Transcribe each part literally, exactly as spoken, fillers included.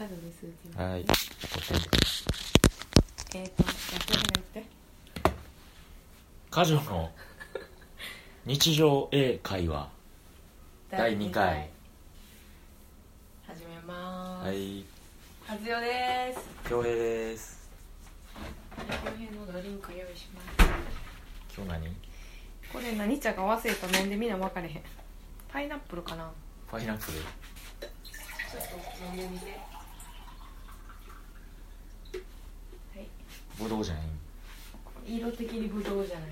カジョですっていうはいえーとやってるの言ってカジョの日常英会話だいにかい始めまーす。 はいはずよです。 恭平です。 恭平のドリンク用意します。 今日何これ何茶か忘れた。飲んでみな分かれへん。パイナップルかな。 パイナップルちょっと飲んでみて。はい。 ブドウじゃない色的にブドウじゃない。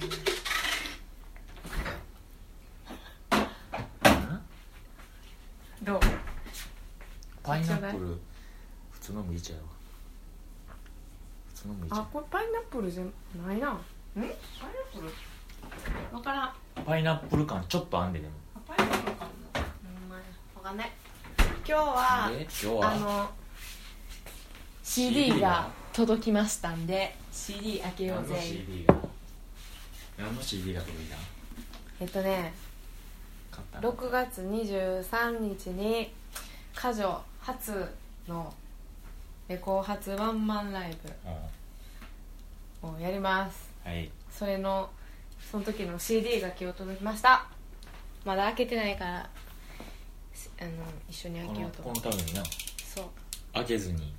どう？ パイナップル普通の麦茶やわ。普通の麦茶。 あ、これパイナップルじゃないな。ん？パイナップル？わからん。 パイナップル感ちょっとあんででも。 あ、パイナップルかな。わかんない。今日は今日はあの シーディー が届きましたんで シーディー 開けようぜ。 何の シーディー が何の シーディー が届いた？ えっとねろくがつにじゅうさんにちにカジョ初のレコ発ワンマンライブをやります、 はい、 それのその時の シーディー が今日届きました。まだ開けてないからあの一緒に開けようと思って。 このためにな。 そう開けずに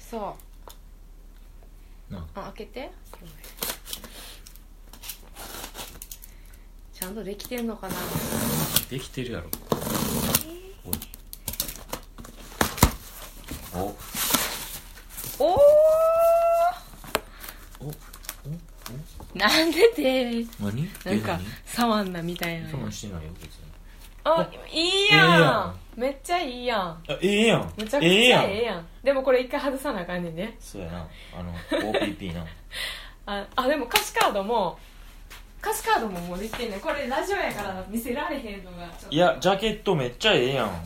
そうなあ、開けて。ちゃんとできてんのかな。 できてるやろ、 えー、おおおおおおなんでて何なんかサワンナみたいな。 そんなんしてないよ別に。 あ、いいやん、ええやん、めっちゃいいやん。 あ、ええやん、 めちゃくちゃええやん、ええやん。でもこれ一回外さなあかんねんね。 そうやな、あの オーピーピー なあ, あでも歌詞カードも歌詞カードももうできてんねん。これラジオやから見せられへんのがちょっと。 いやジャケットめっちゃええやん。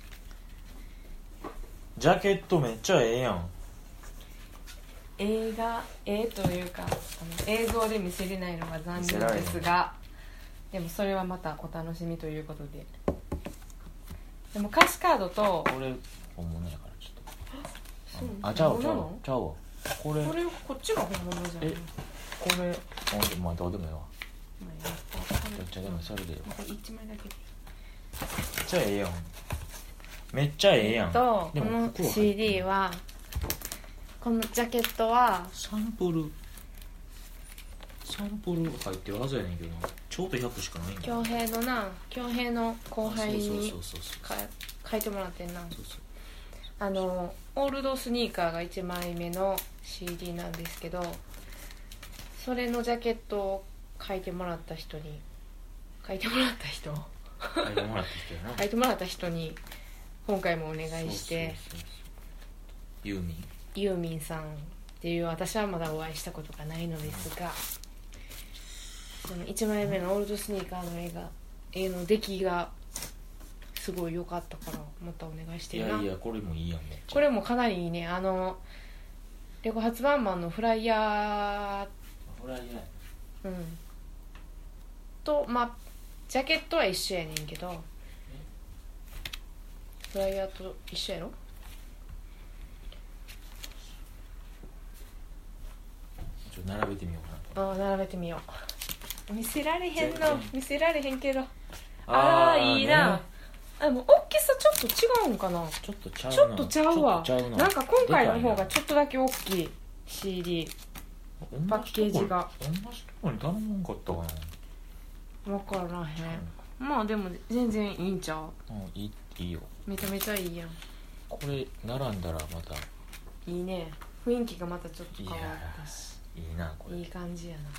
ジャケットめっちゃええやん。 映画絵というかあの映像で見せれないのが残念ですが、でもそれはまたお楽しみということで。でも歌詞カードとこれ本物やからちょっとああちゃうちゃうちゃうわこれこれこっちが本物じゃん。 えこれあまあどうでもいいわ。 まあ、やっためっちゃでもそれでこれいちまいだけでめっちゃええやん。めっちゃええやん。 とでもこの シーディー はこのジャケットはサンプルサンプル入ってるはずやねんけどな。ちょうどひゃくしかないんだ。 恭平のな恭平の後輩にそうそうそうそうか書いてもらってんな。 そうそうあのオールドスニーカーがいちまいめの シーディー なんですけど、それのジャケットを書いてもらった人に書いてもらった人書いてもらった人やな書いてもらった人に今回もお願いして、 そうそうそうそうユーミンユーミンさんっていう、私はまだお会いしたことがないのですが、そのいちまいめのオールドスニーカーの絵が絵の出来がすごい良かったからまたお願いしてるな。 いやいやこれもいいやん。めっちゃこれもかなりいいね。あのレコ発売マンのフライヤフライヤー、うん、とまあジャケットは一緒やねんけどフライヤーと一緒やろ。 ちょっと並べてみようかな。 ああ並べてみよう。見せられへんの見せられへんけど、あああいいな、ね、でも大きさちょっと違うんかな。 ちょっとちゃうな。 ちょっとちゃうわ。 ちょっとちゃうな。 なんか今回の方がちょっとだけ大きい シーディー パッケージが。 同じとこに頼まんかったかな。 分からへん、うん、まあでも全然いいんちゃう。 うんいい、いいよ。 めちゃめちゃいいやん。 これ並んだらまたいいね。雰囲気がまたちょっと変わったしいいなこれ。 いい感じやな。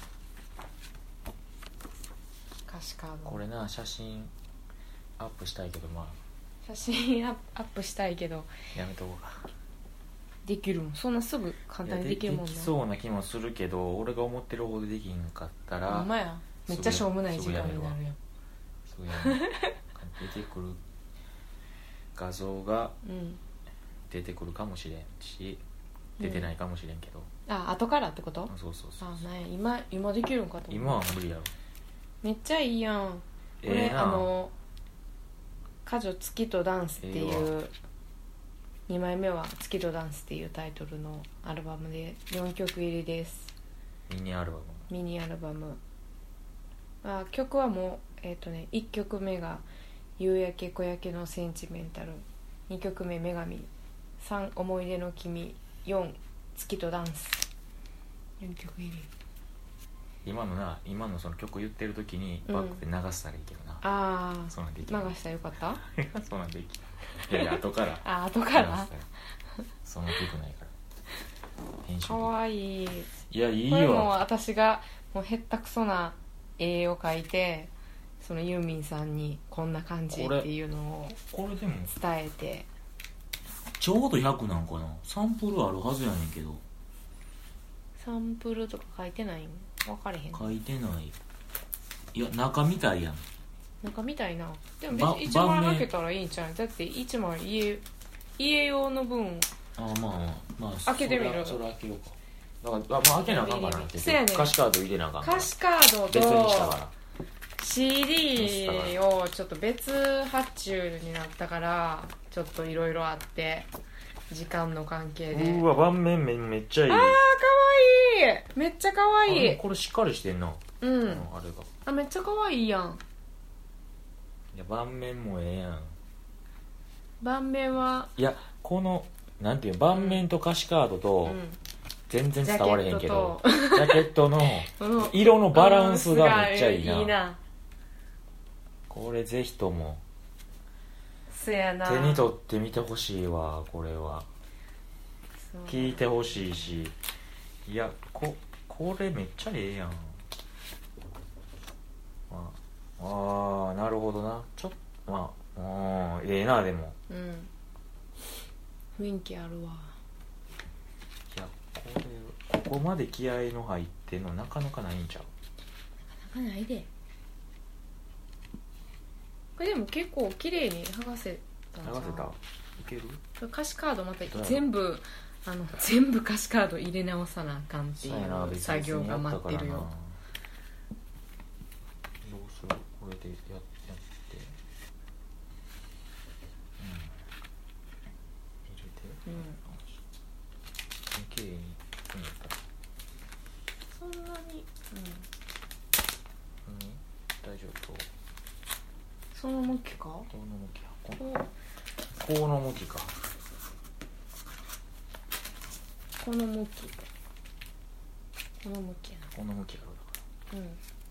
歌詞カードこれな写真アップしたいけどまあ写真アップしたいけどやめとこうか。 できるもん。そんなすぐ簡単にできるもんね。 できそうな気もするけど俺が思ってるほどできんかったらほんまや。めっちゃしょうもない時間になるやん。 そうやね出てくる画像が出てくるかもしれんし、うん、出てないかもしれんけど、 あ、後からってこと？ そうそうそう。 あ、なんや今今できるんかと思う。 今は無理やろ。 めっちゃいいやん。 えこれ、 ー、 あの「カジョ月とダンス」っていう、 えにまいめは「月とダンス」っていうタイトルのアルバムでよんきょく入りです。 ミニアルバムミニアルバム、あ、曲はもう、えーとね、いっきょくめが「夕焼け小焼けのセンチメンタル」、にきょくめ「女神」、さん思い出の君、よん月とダンス、よんきょく入り。 今のな今のその曲言ってる時にバックで流したらいいけどな、 ああ、 そんなんでき流したらよかった。 そうなんできいやいや後からあ、後からその曲ないから編集かわいい。 いやいいこれもよ私がもうへったくそな絵を描いて、そのユーミンさんにこんな感じっていうのをこれでも伝えて。 ちょうどひゃくなんかな、サンプルあるはずやねんけど。 サンプルとか書いてないん分かれへん。 書いてない。いや中みたいやん。 中みたいな。でも別にいちまい開けたらいいんちゃう。だっていちまい家家用の分。 あ、まあまあまあ開けてみる。 それ開けようか。だから、まあ、開けなあかんかなって。 そうやねん。 歌詞カード入れなあかんから。 歌詞カードと別にしたからシーディー をちょっと別発注になったからちょっといろいろあって時間の関係で。 うわ盤面めめっちゃいい。 あーかわいい、めっちゃかわいい。 これしっかりしてんな。 うん、 あれがあ、めっちゃかわいいやん。 いや盤面もええやん。 盤面はいやこのなんていう盤面と歌詞カードと、うん、全然伝われへんけどジャケットの色のバランスがめっちゃいいな。いいな。これぜひともそやな、 手に取ってみてほしいわ。これは聞いてほしいし、いや こ, これめっちゃええやん。ああーなるほどな。ちょっとまああええな。でも、 うん、雰囲気あるわ。 いやこれここまで気合いの入ってんのなかなかないんちゃう。 なかなかないで。これでも結構綺麗に剥がせたんちゃう。 剥がせた。いける。 歌詞カードまた全部あの全部歌詞カード入れ直さなあかんっていう作業が待ってるよ。どうする。これでやってやって、うん、入れて、うん、綺麗に組めた。 そんなに、うん、 うん、大丈夫。 その向きか。 この向きや。こうこの向きか。 この向き。この向きやな。 この向きやろだから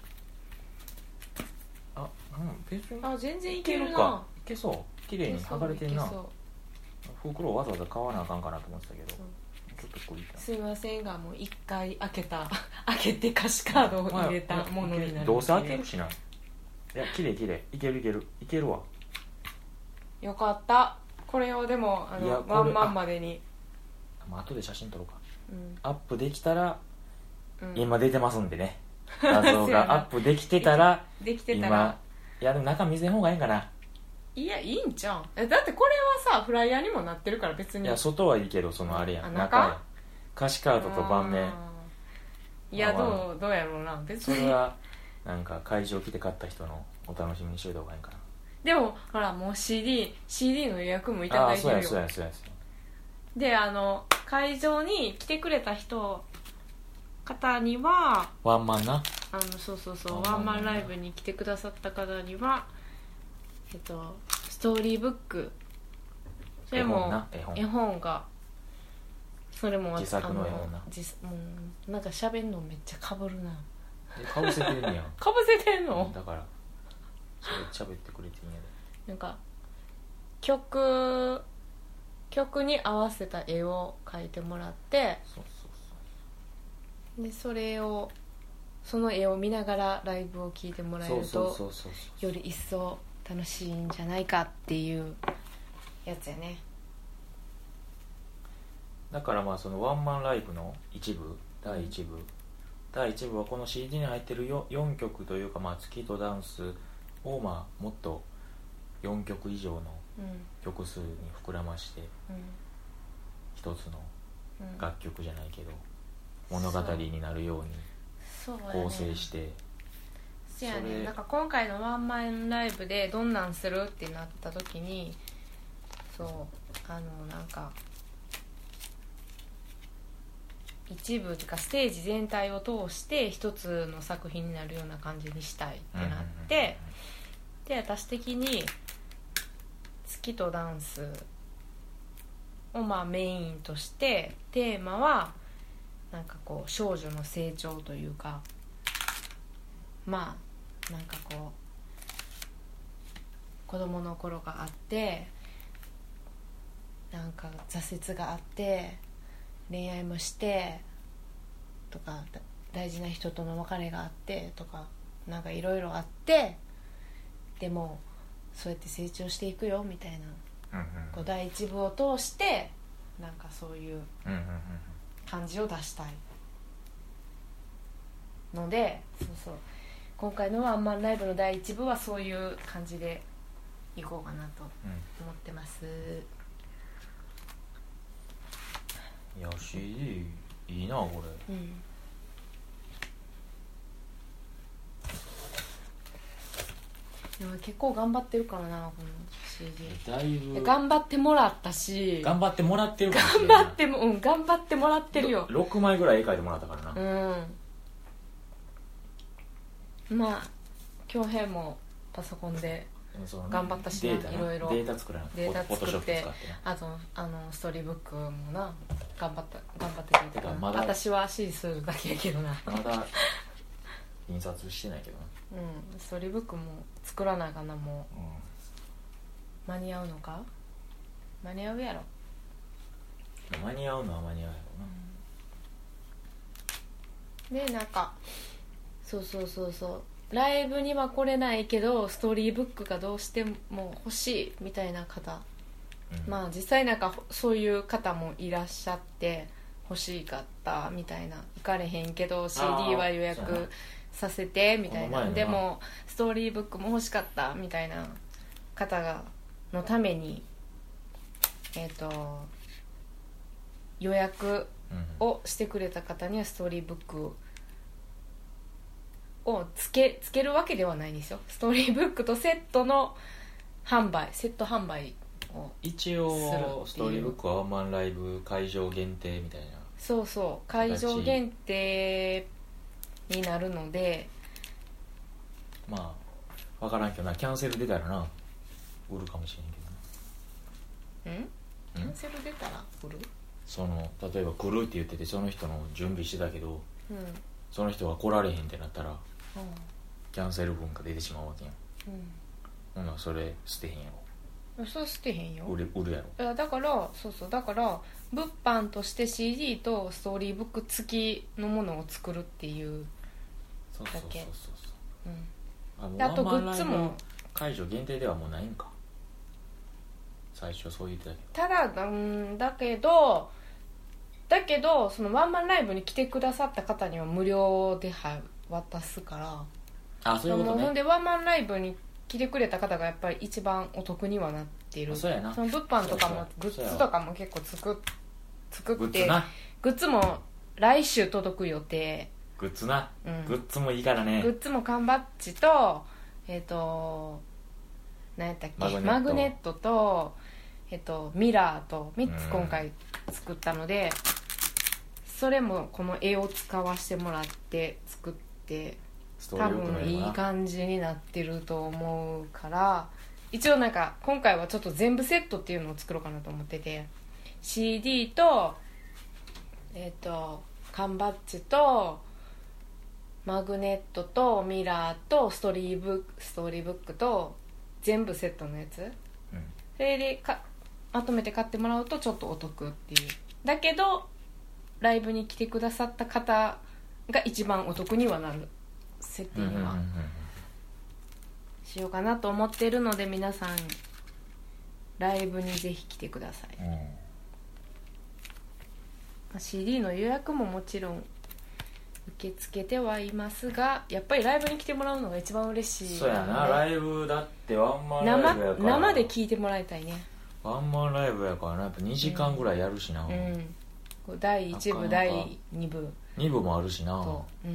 。うん。あ、うん、別に。 あ、全然いけるな。 いけそう。綺麗に剥がれてんな。袋をわざわざ買わなあかんかなと思ってたけど。ちょっとこういった。 すいませんが、もう一回開けた開けて歌詞カードを入れたものになる。 どうせ開けるしな。いや、綺麗綺麗。いけるいけるいけるわ。 よかった。これをでもあのワンマンまでに。 あ後で写真撮ろうか。 うん、 アップできたら、 うん、 今出てますんでね。画像がアップできてたら、 できてたら今いやでも中見せん方がいいんかな。 いやいいんちゃう。えだってこれはさフライヤーにもなってるから別に。 いや外はいいけどそのあれやん、 あ中や歌詞カードと盤面。 いやどうどうやろうな。別にそれはなんか会場来て買った人のお楽しみにしといた方がいいんかな。 でもほらもう シーディー シーディー の予約もいただいてるよ。 あそうやそうやそうやそうや。 であの会場に来てくれた人方にはワンマンなあのそうそうそうワンマンライブに来てくださった方にはえっとストーリーブック、それも絵本絵本がそれも自作の絵本な。 自もうなんか喋んのめっちゃかぶるな。 かぶせてんねやかぶせてんの。 だからそれ喋ってくれていいんやで。なんか曲曲に合わせた絵を描いてもらって、 そうそうそうでそれをその絵を見ながらライブを聴いてもらえるとより一層楽しいんじゃないかっていうやつやね。 だからまあそのワンマンライブの一部だいいち部、うん、だいいち部はこの シーディー に入ってる よんきょくというか、まあ月とダンスをまあもっとよんきょく以上の曲数に膨らまして一つの楽曲じゃないけど物語になるように構成して、 そやね。なんか今回のワンマンライブでどんなんするってなった時にそうあのなんか一部というかステージ全体を通して一つの作品になるような感じにしたいってなって、で私的に月とダンスをまあメインとしてテーマはなんかこう少女の成長というか、まあなんかこう子供の頃があってなんか挫折があって恋愛もしてとか大事な人との別れがあってとかなんかいろいろあって、でもそうやって成長していくよみたいな、うんうん、こう第一部を通してなんかそういう感じを出したいので、そうそう今回のワンマンライブの第一部はそういう感じでいこうかなと思ってます、うん、 いや シーディー いいなこれ、うん、 でも結構頑張ってるからなこの シーディーだいぶ頑張ってもらったし頑張ってもらってるかもしれない。 頑張っても、うん、頑張ってもらってるよ。 ろくまいぐらい絵描いてもらったからな。 うんまあ恭平もパソコンで頑張ったしな、いろいろデータ作らなデータ作って、あとあのストーリーブックもな頑張った頑張ってくれてから、まだ私は指示するだけやけどなまだ印刷してないけどなうんストーリーブックも作らなあかんなもう、うん、間に合うのか間に合うやろ間に合うのは間に合うやろな、うん、でなんかそうそうそうそうライブには来れないけどストーリーブックがどうしても欲しいみたいな方、うん、まあ実際なんかそういう方もいらっしゃって欲しかったみたいな行かれへんけど シーディー は予約させてみたいなでもストーリーブックも欲しかったみたいな方がのためにえっと予約をしてくれた方にはストーリーブックをつけ、つけるわけではないんですよ。ストーリーブックとセットの販売セット販売を一応ストーリーブックはワンマンライブ会場限定みたいなそうそう会場限定になるのでまあ分からんけどなキャンセル出たらな売るかもしれんけどな。ん？キャンセル出たら売る？ その例えば来るって言っててその人の準備してたけど、うん、その人が来られへんってなったら、うん、キャンセル分が出てしまうわけやん、うん、ほなそれ捨てへんやろ。それ捨てへんよ。 売る、売るやろ。 いやだからそうそうだから物販として シーディー とストーリーブック付きのものを作るっていうだけ。そうそうそうそう、うん、あ, あとグッズも会場限定ではもうないんか。最初そう言ってたけどただうんだけどだけどそのワンマンライブに来てくださった方には無料で渡すから。 あそういうことね。 ほんでワンマンライブに来てくれた方がやっぱり一番お得にはなっている。 そうやな。 その物販とかもグッズとかも結構作作ってグッズなグッズも来週届く予定。 グッズな、うん、グッズもいいからね。 グッズも缶バッジとえっ、ー、と何やったっけマグネット、マグネットとえっ、ー、とミラーとみっつ今回作ったので、うん、それもこの絵を使わせてもらって作って多分いい感じになってると思うから一応なんか今回はちょっと全部セットっていうのを作ろうかなと思ってて シーディー とえっ、ー、と缶バッジとマグネットとミラーとストーリーブックストーリーブックと全部セットのやつ、うん、それでかまとめて買ってもらうとちょっとお得っていうだけどライブに来てくださった方が一番お得にはなる設定にはしようかなと思ってるので皆さんライブにぜひ来てください、うんまあ、シーディー の予約ももちろん受け付けてはいますがやっぱりライブに来てもらうのが一番嬉しい。 そうやなライブだってワンマンライブやから生, 生で聞いてもらいたいね。 ワンマンライブやからなやっぱにじかんぐらいやるしな、うんうん、だいいち部だいに部に部もあるしな、うん、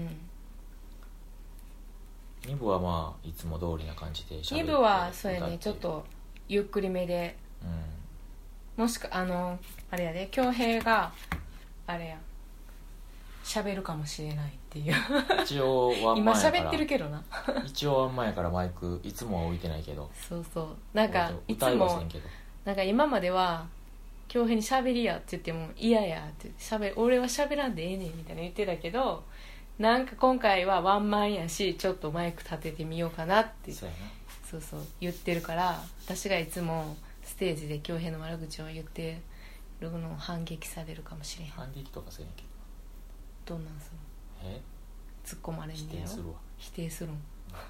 に部はまあいつも通りな感じでしゃべってに部はそうやねちょっとゆっくりめで、 もしくあのあれやで恭平があれや喋るかもしれないっていう一応ワン今マンやから喋ってるけどな一応ワンマンやからマイクいつもは置いてないけどそうそうなんかいつ歌いはせもんけどなんか今までは恭平に喋りやって言っても嫌やってしゃべ俺は喋らんでええねんみたいな言ってたけどなんか今回はワンマンやしちょっとマイク立ててみようかなってそうやなそうそう言ってるから私がいつもステージで恭平の悪口を言ってるのを反撃されるかもしれへん反撃とかせんけどどんなんするえ突っ込まれん否ねやろ定するわ否定するん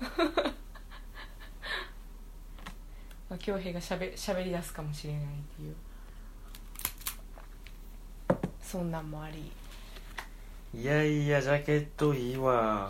まあ恭平がしゃべ、しゃべり出すかもしれないっていうそんなんもありいやいやジャケットいいわ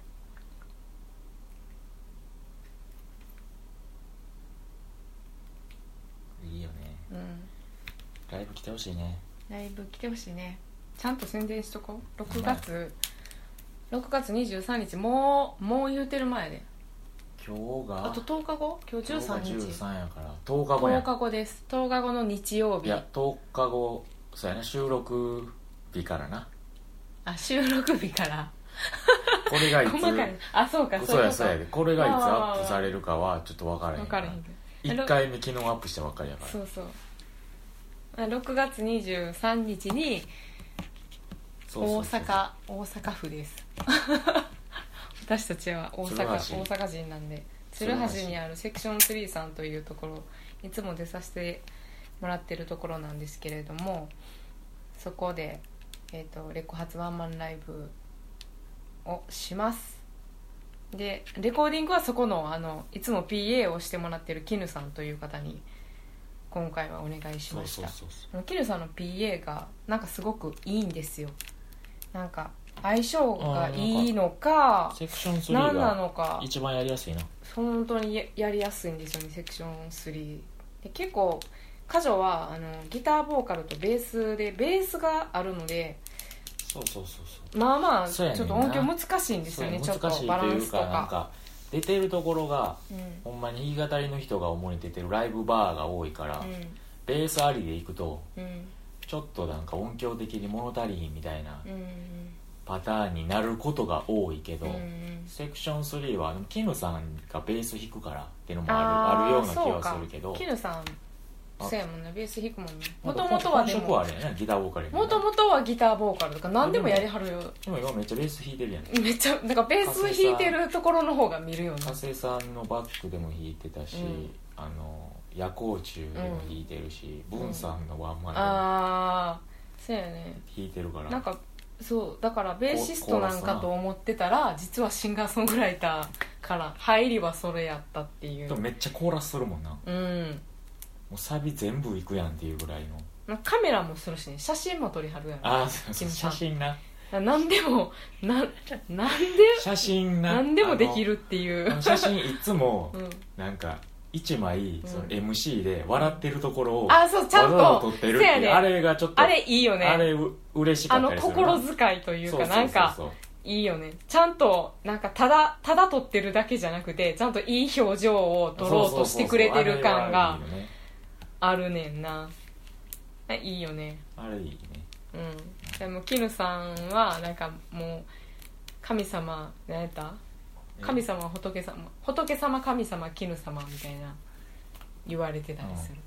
いいよねうんライブ来てほしいねライブ来てほしいねちゃんと宣伝しとこうろくがつろくがつにじゅうさんにちもうもう言うてる前で今日があととおかご今日じゅうさんにち今日がじゅうさんやからとおかごやとおかごですとおかごの日曜日いやとおかごそうやな収録日からなあ収録日からこれがいつ細かいあそうかそうやいそうやでこれがいつまあまあまあアップされるかはちょっと分からへん分からへんけどいっかいめ昨日アップしたばっかりやからそうそうろくがつにじゅうさんにちに大そうそうそう阪大阪府です私たちは大阪大鶴橋阪人なんで鶴橋にあるセクションスリーさんというところいつも出させてもらってるところなんですけれどもそこで、えーと、レコ発ワンマンライブをしますでレコーディングはそこの、あのいつも ピーエー をしてもらってるキヌさんという方に今回はお願いしました。 そうそうそうキヌさんの ピーエー がなんかすごくいいんですよ。なんか相性がいいのかセクションスリー何ながのか一番やりやすいな本当にややりやすいんですよねセクションスリーで結構彼女はあのギターボーカルとベースでベースがあるのでそうそうそうそうまあまあちそうやねんなょっと音響難しいんですよねちょっとバランスと難しいというかなんかか出てるところが、 うんほんまに弾き語りの人が主に出てるライブバーが多いから、ベースありで行くとうんうんちょっとなんか音響的に物足りひんみたいなうんパターンになることが多いけど、 うんうんセクションスリーはキヌさんがベース弾くからっていうのもあーあるあるような気はそうかするけどキヌさんあそうやもんねベース弾くもんねもともともとはで本職はもあれやなギターボーカルやなもともとはギターボーカルとか何でもやりはるよでも今めっちゃベース弾いてるやんめっちゃなんかベース弾いてるところの方が見るよね加瀬さんのバックでも弾いてたし、 うんあの夜光虫でも弾いてるし、 うんブンさんのワンマンでもああそうやね弾いてるからなんかそうだからベーシストなんかと思ってたら実はシンガーソングライターから入りはそれやったっていうでもめっちゃコーラスするもんなもうんうサビ全部いくやんっていうぐらいのカメラもするしね写真も撮りはるやんああそうそうキムさん写真な何でもななんで写真な何でもできるっていうあの写真いつもうんなんかいちまいそのうんエムシー で笑ってるところをあそうちゃんとわざわざ撮ってるっていうそうやねあれがちょっとあれいいよねあれう嬉しかあのったりするな心遣いというかそうそうそうそうなんかいいよねちゃんとなんかただただ撮ってるだけじゃなくてちゃんといい表情を撮ろうとしてくれてる感があるねんな。いいよね。 あれいいねうんでもキヌさんはなんかもう神様何やった神様は仏様仏様神様キヌ様みたいな言われてたりする、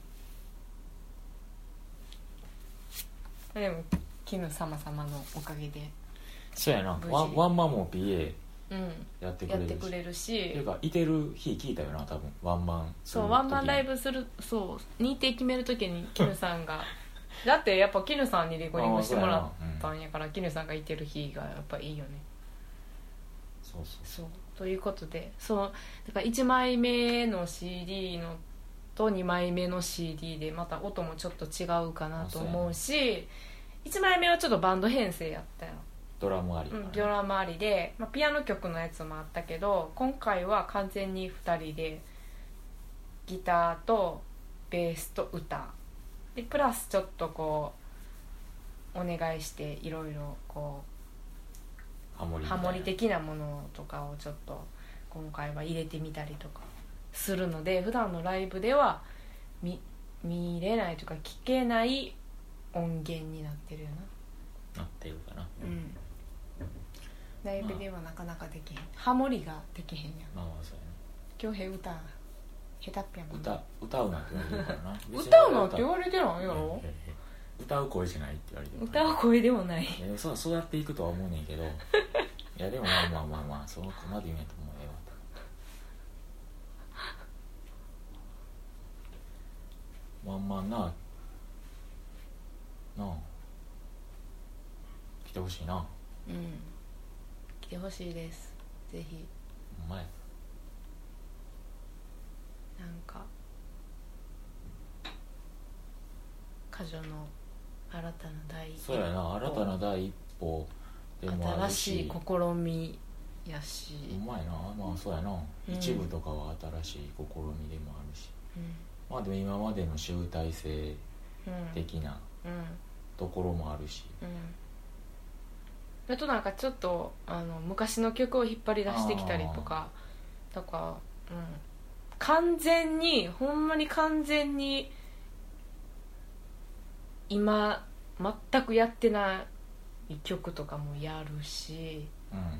うん、でもキヌ様様のおかげでそうやな無事ワンワンマンも ピーエうんーやってくれるしやってくれるしっていうかいてる日聞いたよな多分ワンマンする時そうワンマンライブするそう日程決めるときにキヌさんがだってやっぱキヌさんにレコーディングしてもらったんやからキヌさんがいてる日がやっぱいいよね。 そうそうそうということでそうだからいちまいめの シーディー のとにまいめの シーディー でまた音もちょっと違うかなと思うしいちまいめはちょっとバンド編成やったよ、 ドラムありかな、 うん、ドラムありで、まあ、ピアノ曲のやつもあったけど今回は完全にふたりでギターとベースと歌でプラスちょっとこうお願いしていろいろこうハモリみたいなハモリ的なものとかをちょっと今回は入れてみたりとかするので普段のライブでは見見れないというか聞けない音源になってるよなってるかな。 な。うんライブではなかなかできへん、ハモリができへんやん。 まあまあそうやね。 恭平歌下手っぴやもん歌歌うなんて言われてるからな。 歌うなんて言われてないやろ。 歌う声じゃないって言われてる歌う声でもない。 いやでもそう育っていくとは思うねんけどいやでもまあまあまあまあその子まで言うんやと思うよ。まんまんななあ来てほしいな。 うん来てほしいです。ぜひ。 お前なんか歌女の新たな第一歩、 そうやな新たな第一歩でもあるし新しい試みやし、 うまいな。まあそうやな、 うん、 一部とかは新しい試みでもあるし、 うん、 まあでも今までの集大成的なところもあるし、 うんうんあとなんかちょっとあの昔の曲を引っ張り出してきたりとかとか、うん、完全にほんまに完全に今全くやってない曲とかもやるし、 うんうん、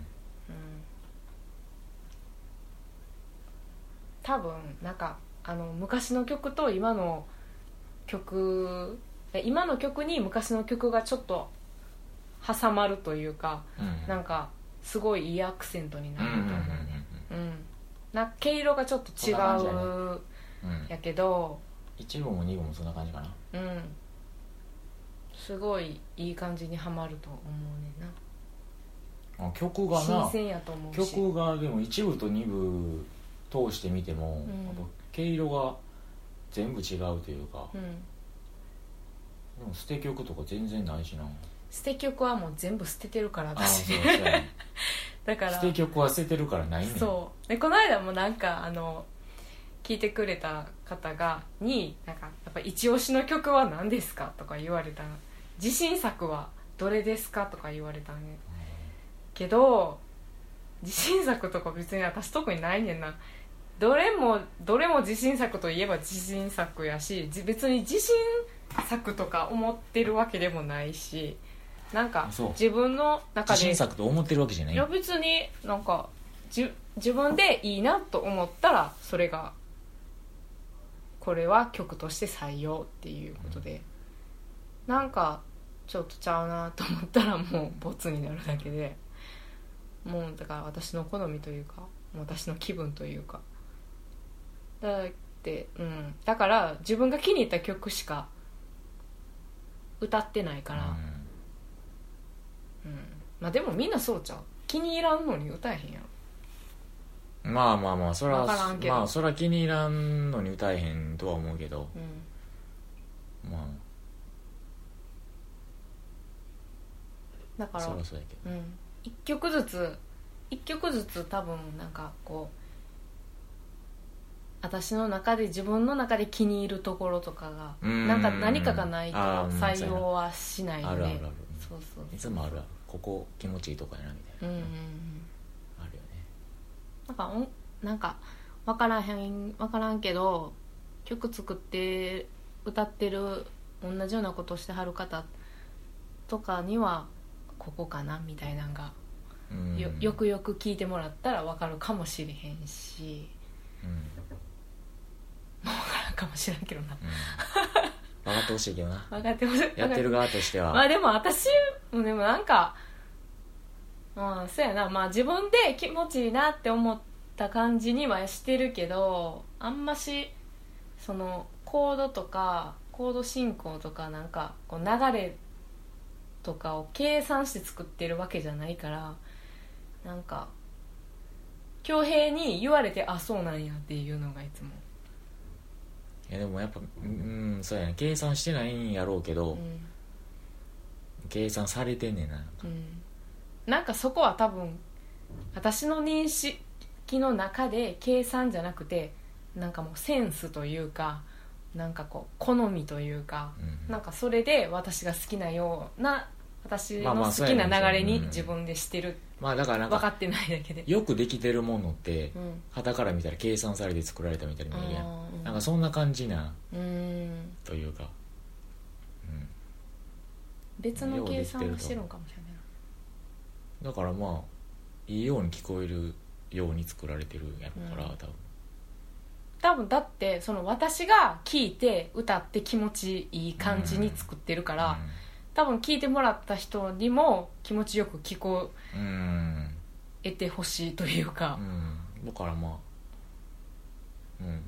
多分なんかあの昔の曲と今の曲今の曲に昔の曲がちょっと挟まるというか、 うん、 なんかすごいいいアクセントになると思うね。 うんうんうんうん、 うん、な毛色がちょっと違うやけど、 いち部もに部もそんな感じかな。 うんすごいいい感じにはまると思うねんな。 あ曲がな新鮮やと思うし、 曲がでもいち部とに部通してみても、うん、毛色が全部違うというか、うん、でも捨て曲とか全然ないしな。 捨て曲はもう全部捨ててるから私。 そうそうだから捨て曲は捨ててるからないねん。 そうでこの間もなんかあの聞いてくれた方がになんかやっぱ一押しの曲は何ですかとか言われた。自信作はどれですかとか言われたね、うん、けど自信作とか別に私特にないねんな。どれもどれも自信作といえば自信作やし、別に自信作とか思ってるわけでもないし、なんか自分の中で自信作と思ってるわけじゃない。 いや別になんかじ自分でいいなと思ったらそれがこれは曲として採用っていうことで、うん、なんかちょっとちゃうなと思ったらもうボツになるだけで、もうだから私の好みというかもう私の気分というかだって、うん、だから自分が気に入った曲しか歌ってないから、うんうん、まあでもみんなそうちゃう。気に入らんのに歌えへんやろ。 まあまあまあそれは分からんけど、 まあそれは気に入らんのに歌えへんとは思うけど、うん、まあだからそりゃそうやけど、 うん、一曲ずつ一曲ずつ多分なんかこう私の中で自分の中で気に入るところとかがなんか何かがないと採用はしないよね。 あるあるある。 そうそうそう、 いつもあるある。ここ気持ちいいとこやなみたいな、うんうんうん、あるよね。 なんかなんか分からへん分からんけど曲作って歌ってる同じようなことをしてはる方とかにはここかなみたいなのが、うん、よ, よくよく聞いてもらったら分かるかもしれへんし、うん、分からんかもしれんけどな、 うん、分かってほしいけどな。 分かってほしい。 やってる側としてはまあでも私でもなんかうんそうやな、まあ自分で気持ちいいなって思った感じにはしてるけど、あんましそのコードとかコード進行とかなんかこう流れとかを計算して作ってるわけじゃないから、なんか恭平に言われてあそうなんやっていうのがいつも。 いやでもやっぱうんそうやね、計算してないんやろうけど、うん、計算されてんねんな、 うん、なんかそこは多分私の認識の中で計算じゃなくてなんかもうセンスというかなんかこう好みというか、うん、なんかそれで私が好きなような私の好きな流れに自分でしてる、 まあだからなんか分かってないだけでよくできてるものって傍から見たら計算されて作られたみたいに見えるやん、なんかそんな感じなというか、うん、 別の計算をしてるのかもしれない。 だからまあいいように聞こえるように作られてるやろから、うん、多分多分だってその私が聞いて歌って気持ちいい感じに作ってるから、うん、多分聞いてもらった人にも気持ちよく聞こえてほしいというか、 うん、だからまあうん、うん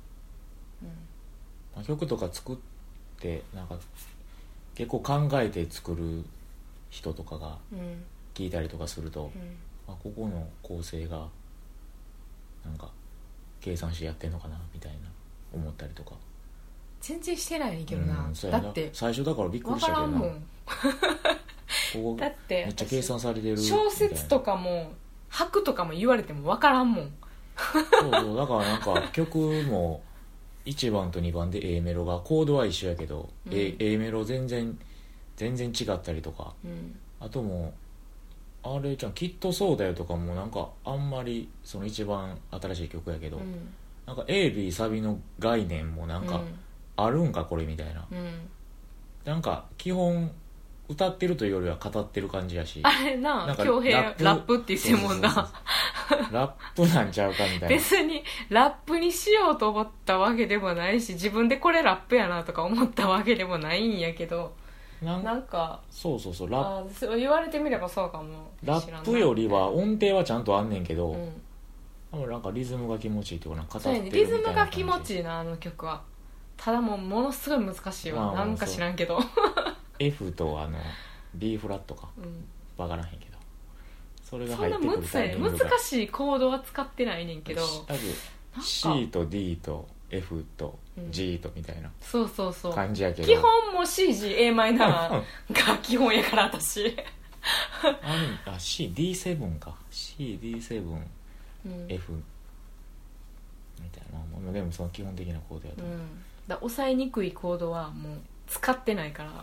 まあ、曲とか作ってなんか結構考えて作る人とかが聞いたりとかすると、うんまあ、ここの構成がなんか計算してやってんのかなみたいな思ったりとか。 全然してないねんけどな、うん、だって最初だからびっくりしたけどな、 分からんもんここだってめっちゃ計算されてる小説とかも拍とかも言われても分からんもんそうそうだからなんか曲もいちばんとにばんで A メロがコードは一緒やけど、うん、A, A メロ全然全然違ったりとか、うん、あともうあれちゃんきっとそうだよとかもなんかあんまりその一番新しい曲やけど、うん、なんか エービー サビの概念もなんかあるんかこれみたいな、うん、なんか基本歌ってるというよりは語ってる感じやし、 あれな恭平ラップって言ってるもんな。そうそうそうラップなんちゃうかみたいな。 別にラップにしようと思ったわけでもないし、自分でこれラップやなとか思ったわけでもないんやけど、なんなんかそうそうそうラップあ言われてみればそうかも。 ラップよりは音程はちゃんとあんねんけど、うん、なんかリズムが気持ちいいっていうかな、語ってるみたいな感じ。 リズムが気持ちいいなあの曲は。ただもうものすごい難しいわ、まあ、なんか知らんけど F とあの B フラットか、うん、分からへんけどそれが入ってくるタイミングが難しいコードは使ってないねんけど、 多分 C と D と F と G とみたいな感じやけど、 基本も シージーエー マイナーが基本やから私あ C、ディーセブン か C、ディーセブン、うん、F みたいな、でもその基本的なコードやと思う、うん、 だ抑えにくいコードはもう使ってないから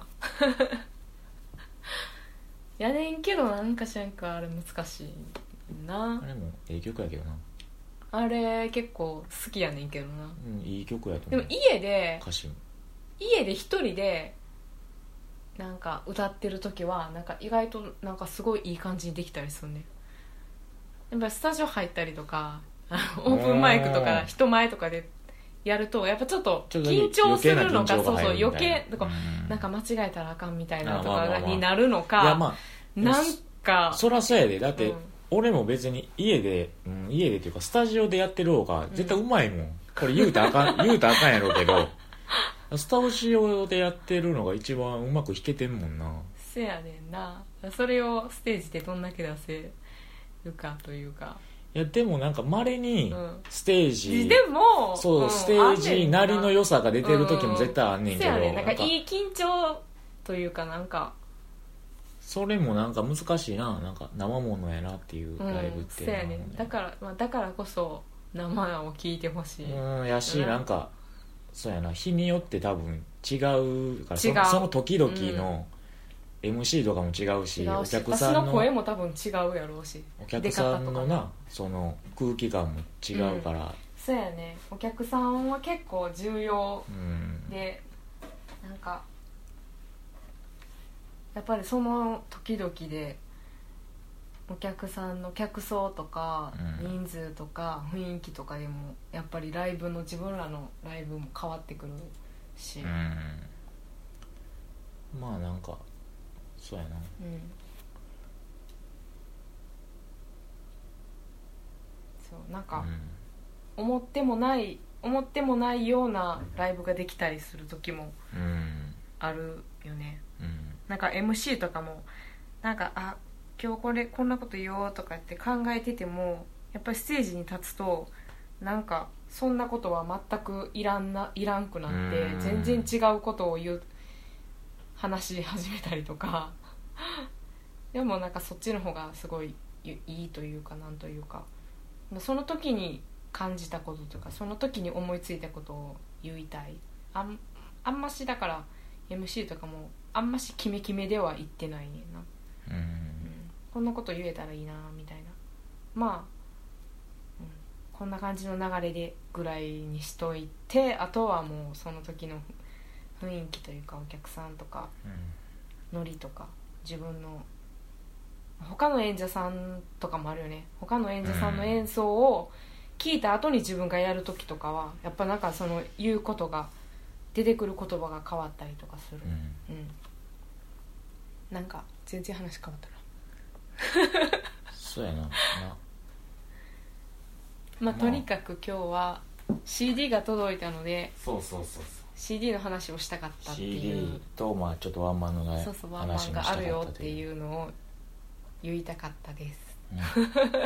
やねんけどなんかしらんかあれ難しいな。 あれもええ曲やけどな、 あれ結構好きやねんけどな、 うん、いい曲やと思う。でも家で歌詞も家で一人でなんか歌ってる時はなんか意外となんかすごいいい感じにできたりするね。やっぱりスタジオ入ったりとかオープンマイクとか人前とかでやるとやっぱちょっと緊張するのか、そうそう余計とかなんか間違えたらあかんみたいなとかになるのか、 いやまあなんかそらそうやで、だって俺も別に家で、うん、家でっていうかスタジオでやってる方が絶対うまいもん、うん、これ言うたらあかん言うたらあかんやろうけどスタジオでやってるのが一番うまく弾けてんもんな。 せやねんな。それをステージでどんだけ出せるかというか、 いやでもなんか稀にステージ、 うん、でもそう、うん、ステージなりの良さが出てる時も絶対あんねんけど、うん、 ね、なんかいい緊張というかなんかそれもなんか難しいな、なんか生ものやなっていうライブっていうのは、ね、 うん、だから、まあ、だからこそ生を聴いてほしい、 うん、やし、うん、なんかそうやな、日によって多分違うから、その、その時々の、うん、エムシー とかも違うし、お客さんの私の声も多分違うやろうし、 お客さんのなその空気感も違うから、うん、 そうやね、お客さんは結構重要で、うん、なんかやっぱりその時々でお客さんの客層とか人数とか雰囲気とかでもやっぱりライブの自分らのライブも変わってくるし、うん、 まあなんかそうやな、うん、 そうなんか、うん、思ってもない思ってもないようなライブができたりする時もあるよね、うん、なんか エムシー とかもなんかあ今日これこんなこと言おうとかって考えててもやっぱりステージに立つとなんかそんなことは全くいらんないらんくなって全然違うことを言う話し始めたりとかでもなんかそっちの方がすごいいいというかなんというかその時に感じたこととかその時に思いついたことを言いたい。あん、あんましだから エムシー とかもあんましキメキメでは言ってないねんな、うんうん、こんなこと言えたらいいなみたいな、まあ、うん、こんな感じの流れでぐらいにしといて、あとはもうその時の雰囲気というかお客さんとかノリとか自分の他の演者さんとかもあるよね。他の演者さんの演奏を聞いた後に自分がやる時とかはやっぱなんかその言うことが出てくる言葉が変わったりとかする、うんうん、なんか全然話変わったなそうやななまあ、とにかく今日は シーディー が届いたのでそうそうそうそうシーディー の話をしたかったっていうシーディー と、まあ、ちょっとワンマンのねそうそうワンマンがあるよっていうのを言いたかったです、うん、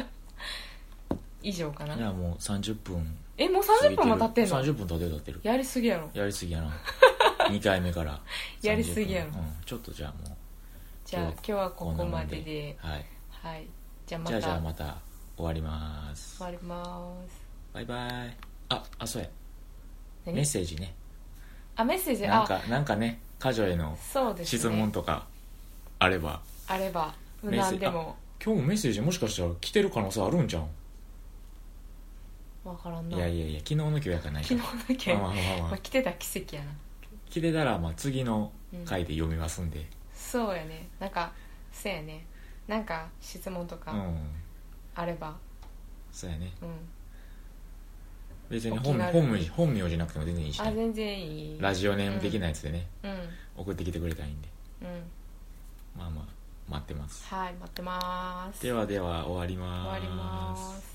以上かな。 いやもうさんじゅっぷんえもうさんじゅっぷんも経ってんの。 さんじゅっぷん経ってる経ってるやりすぎやろやりすぎやなにかいめからやりすぎやろ、 うん、ちょっとじゃあもうじゃあ今日はここまでではい、 はい、じゃあまたじゃあじゃあまた終わります終わりますバイバイ。ああそうや何メッセージね。 あメッセージなんかなんかねカジョへの質問とかあれば、 あれば何でも。 今日もメッセージもしかしたら来てる可能性あるんじゃん。 分からんな。 いやいやいや昨日の今日やからないか昨日の今日、まあまあまあまあ、来てた奇跡やな。 来てたらまあ次の回で読みますんで、うん、 そうやね。なんかそうやね。なんか質問とかあれば、うん、 そうやね、 うん、 別に 本, 本, 名本名じゃなくても全然いいし、ね、 あ全然いい。 ラジオネーム的なやつでね、 うん、 送ってきてくれたらいいんで、 うん、 まあまあ待ってます。 はい待ってます。 ではでは終わります。 終わります。